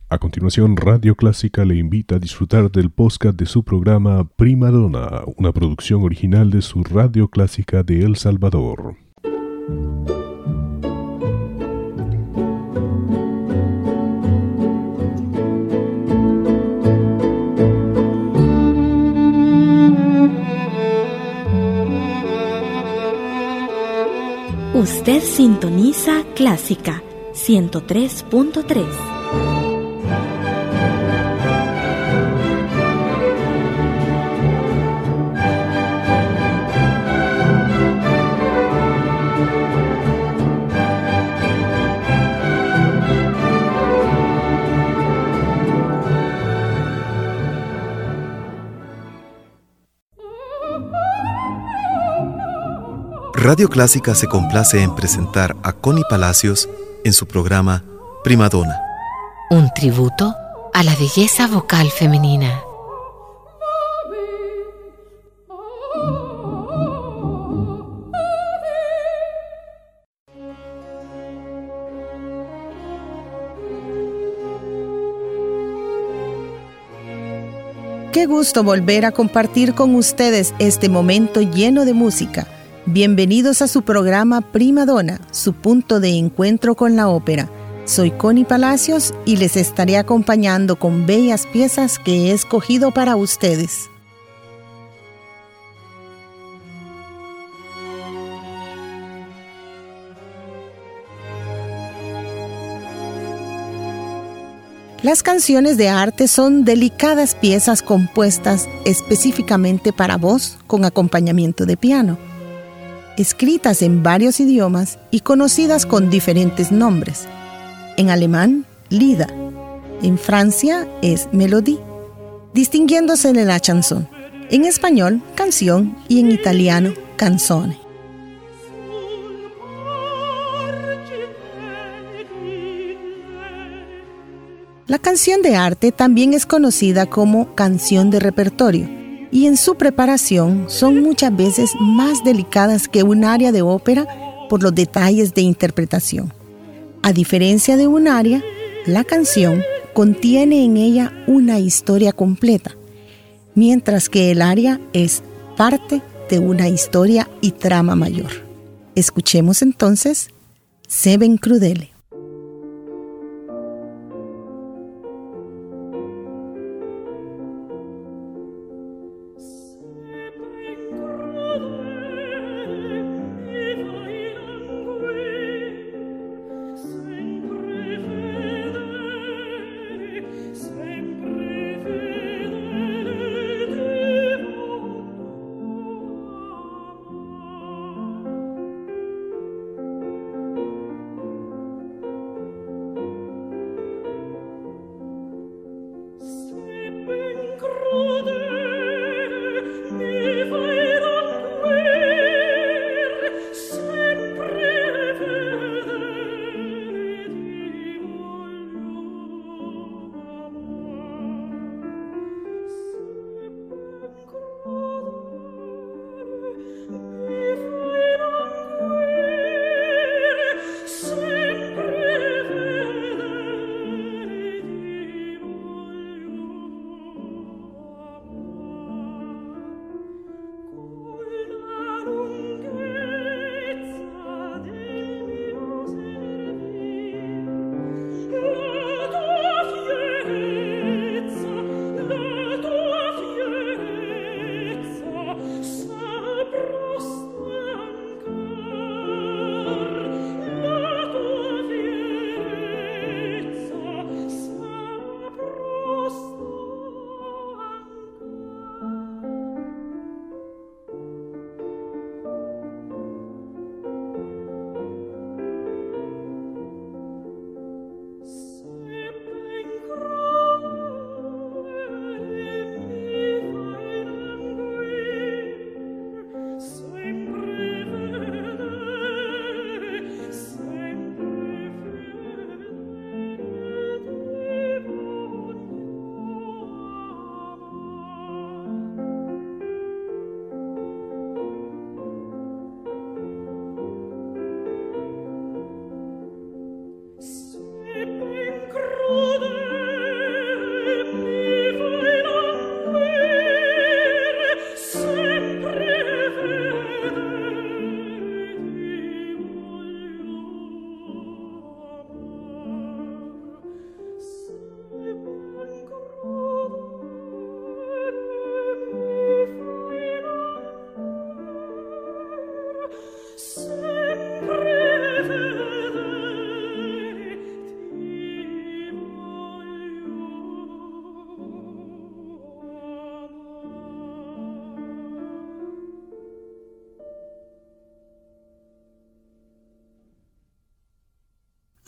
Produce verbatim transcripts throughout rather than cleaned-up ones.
A continuación, Radio Clásica le invita a disfrutar del podcast de su programa Prima Donna, una producción original de su Radio Clásica de El Salvador. Usted sintoniza Clásica ciento tres punto tres. Radio Clásica se complace en presentar a Connie Palacios en su programa Prima Donna. Un tributo a la belleza vocal femenina. Qué gusto volver a compartir con ustedes este momento lleno de música. Bienvenidos a su programa Prima Donna, su punto de encuentro con la ópera. Soy Connie Palacios y les estaré acompañando con bellas piezas que he escogido para ustedes. Las canciones de arte son delicadas piezas compuestas específicamente para voz con acompañamiento de piano, escritas en varios idiomas y conocidas con diferentes nombres. En alemán, Lieder. En Francia es Mélodie, distinguiéndose de la chanson. En español, canción, y en italiano, canzone. La canción de arte también es conocida como canción de repertorio, y en su preparación son muchas veces más delicadas que un aria de ópera por los detalles de interpretación. A diferencia de un aria, la canción contiene en ella una historia completa, mientras que el aria es parte de una historia y trama mayor. Escuchemos entonces Seven Crudele.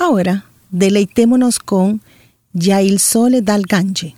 Ahora, deleitémonos con Ya il sole dal Gange.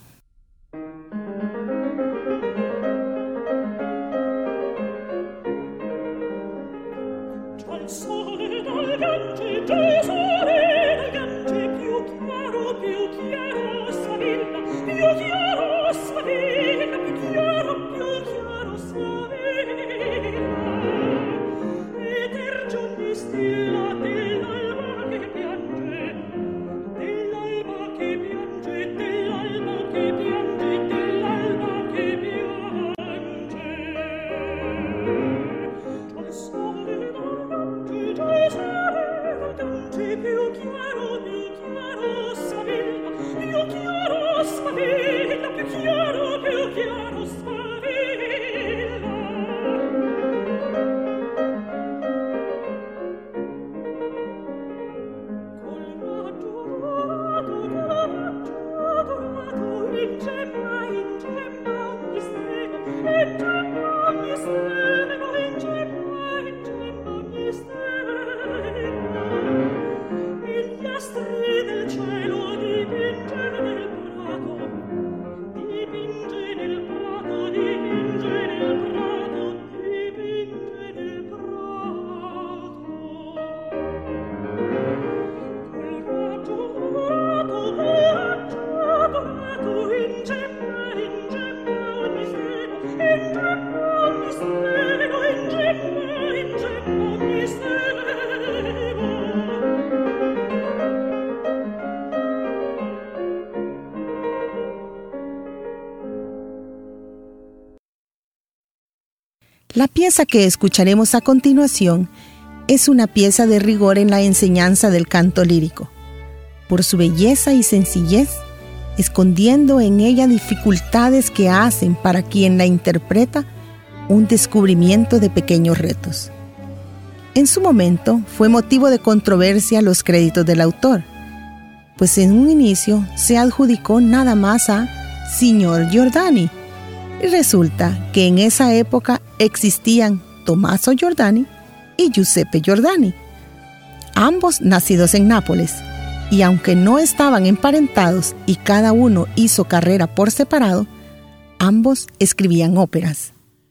La pieza que escucharemos a continuación es una pieza de rigor en la enseñanza del canto lírico, por su belleza y sencillez, escondiendo en ella dificultades que hacen para quien la interpreta un descubrimiento de pequeños retos. En su momento fue motivo de controversia los créditos del autor, pues en un inicio se adjudicó nada más a Signor Giordani, y resulta que en esa época existían Tommaso Giordani y Giuseppe Giordani, ambos nacidos en Nápoles, y aunque no estaban emparentados y cada uno hizo carrera por separado, ambos escribían óperas.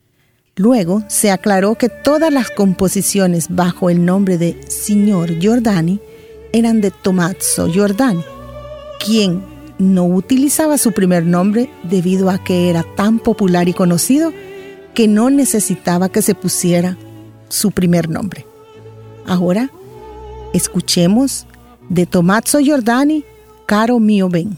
Luego se aclaró que todas las composiciones bajo el nombre de Signor Giordani eran de Tommaso Giordani, quien no utilizaba su primer nombre debido a que era tan popular y conocido que no necesitaba que se pusiera su primer nombre. Ahora, escuchemos de Tommaso Giordani, Caro mio ben.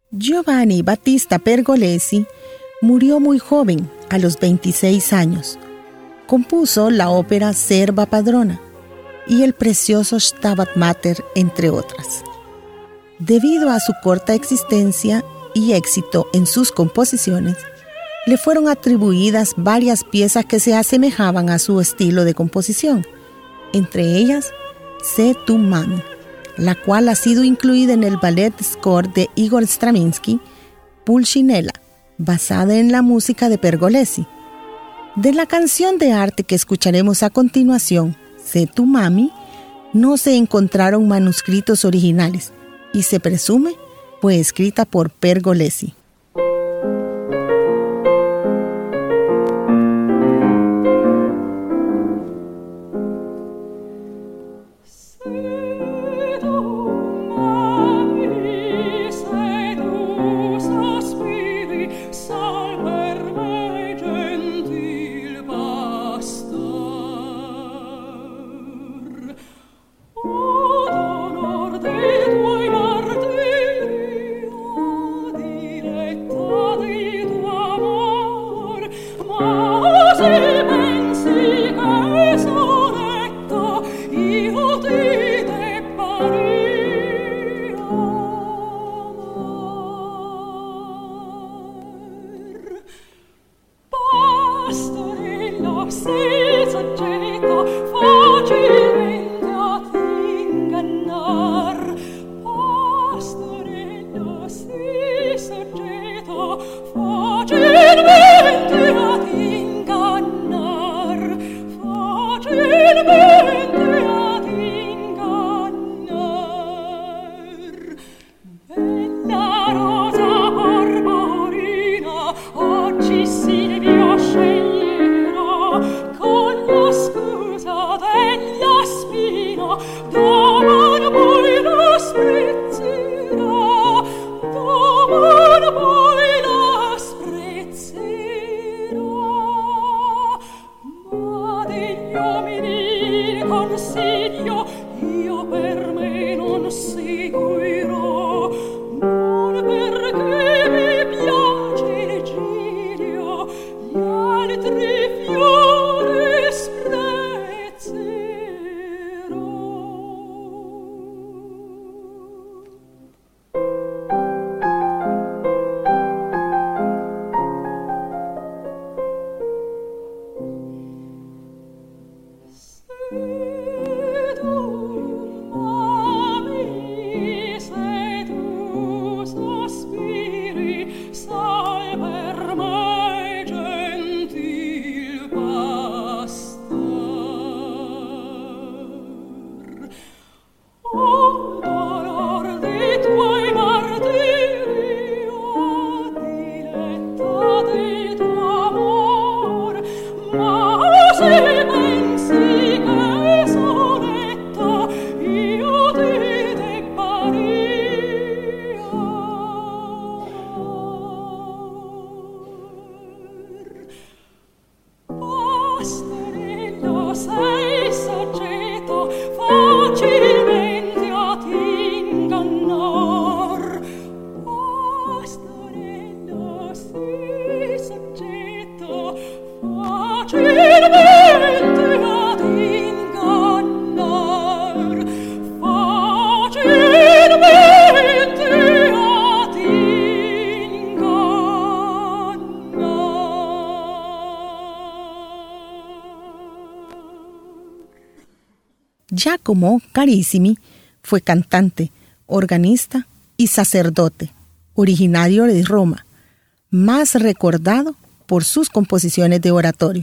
Giovanni Battista Pergolesi murió muy joven, a los veintiséis años. Compuso la ópera Serva Padrona y el precioso Stabat Mater, entre otras. Debido a su corta existencia y éxito en sus composiciones, le fueron atribuidas varias piezas que se asemejaban a su estilo de composición, entre ellas Sé tu mami, la cual ha sido incluida en el ballet score de Igor Stravinsky, Pulcinella, basada en la música de Pergolesi. De la canción de arte que escucharemos a continuación, Sé tu mami, no se encontraron manuscritos originales y se presume fue escrita por Pergolesi. Giacomo Carissimi fue cantante, organista y sacerdote, originario de Roma, más recordado por sus composiciones de oratorio.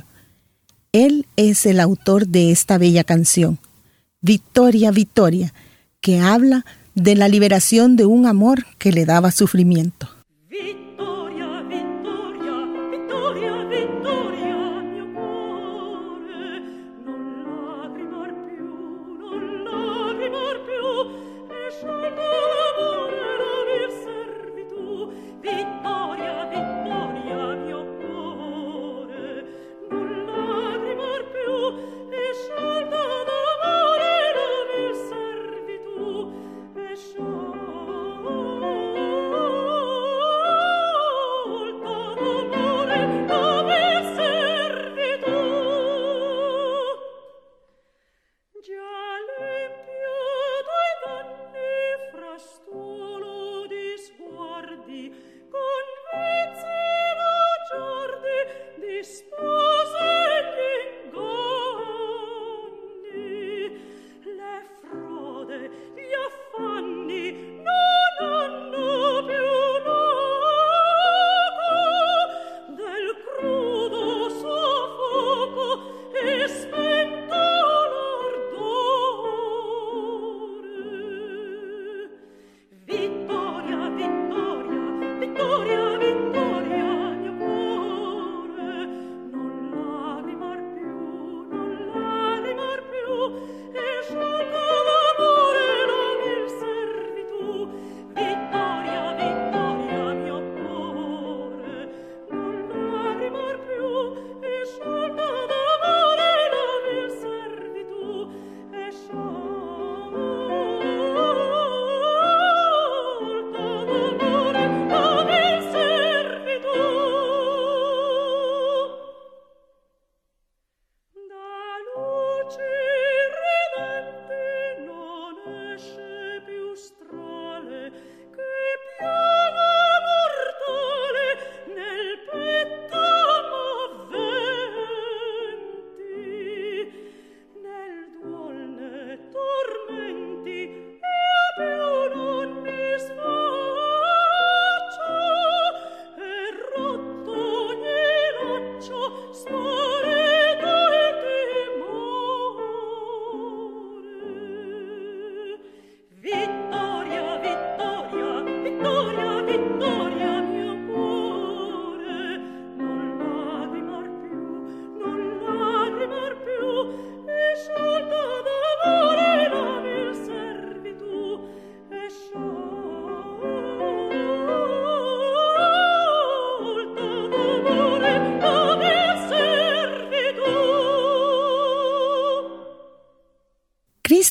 Él es el autor de esta bella canción, Vittoria, Vittoria, que habla de la liberación de un amor que le daba sufrimiento. Oh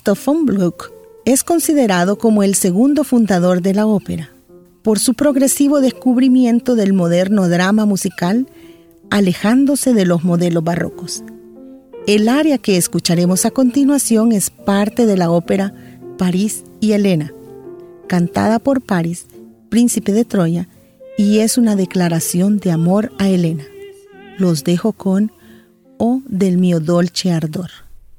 Christoph von Gluck es considerado como el segundo fundador de la ópera, por su progresivo descubrimiento del moderno drama musical, alejándose de los modelos barrocos. El aria que escucharemos a continuación es parte de la ópera París y Helena, cantada por París, príncipe de Troya, y es una declaración de amor a Helena. Los dejo con O del mio dolce ardor.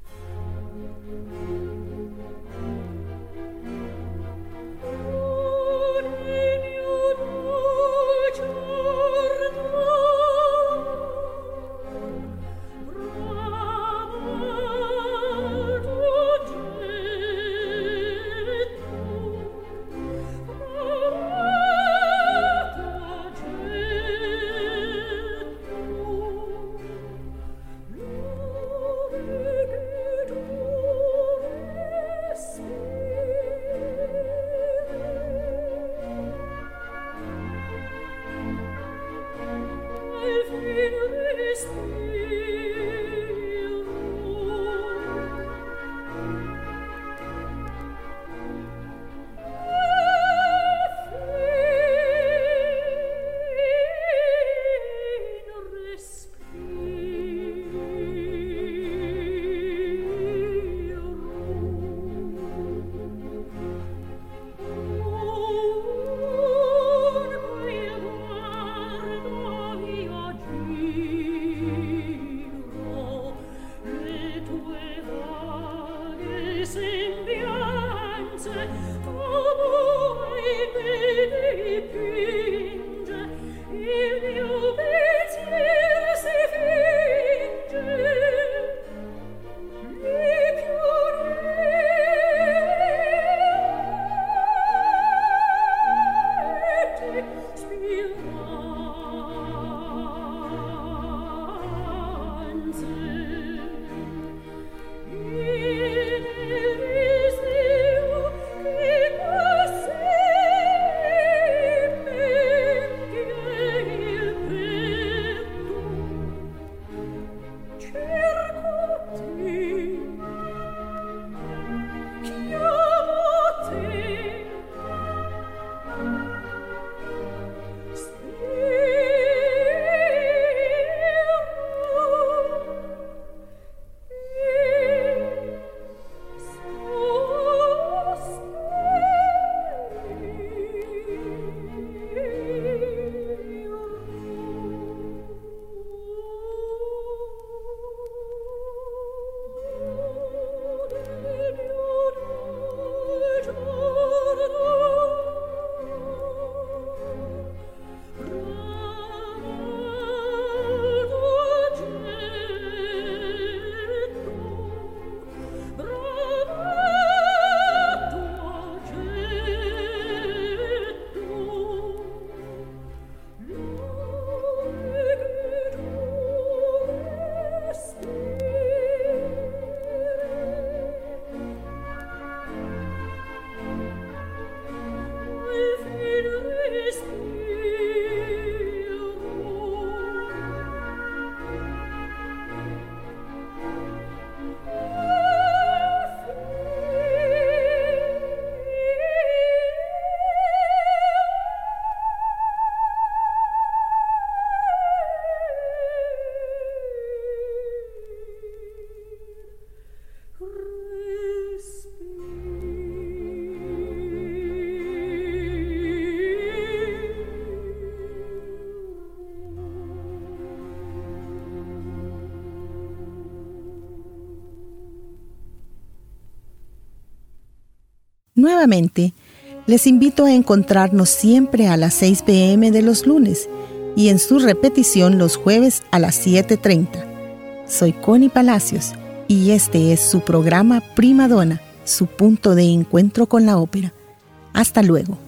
Nuevamente, les invito a encontrarnos siempre a las seis pe eme de los lunes y en su repetición los jueves a las siete treinta. Soy Connie Palacios y este es su programa Prima Donna, su punto de encuentro con la ópera. Hasta luego.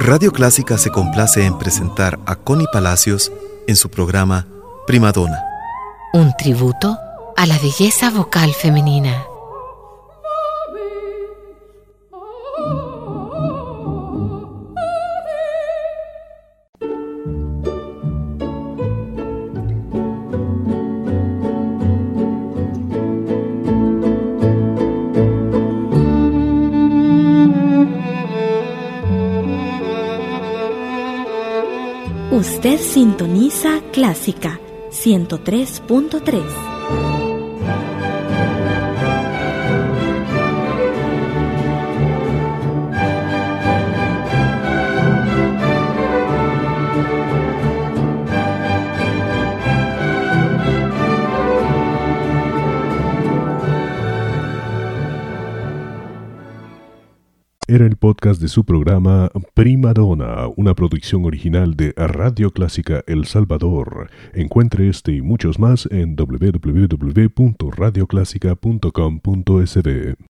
Radio Clásica se complace en presentar a Connie Palacios en su programa Primadona. Un tributo a la belleza vocal femenina. Usted sintoniza Clásica ciento tres punto tres. Era el podcast de su programa Primadona, una producción original de Radio Clásica El Salvador. Encuentre este y muchos más en doble u doble u doble u punto radio clásica punto com punto es be.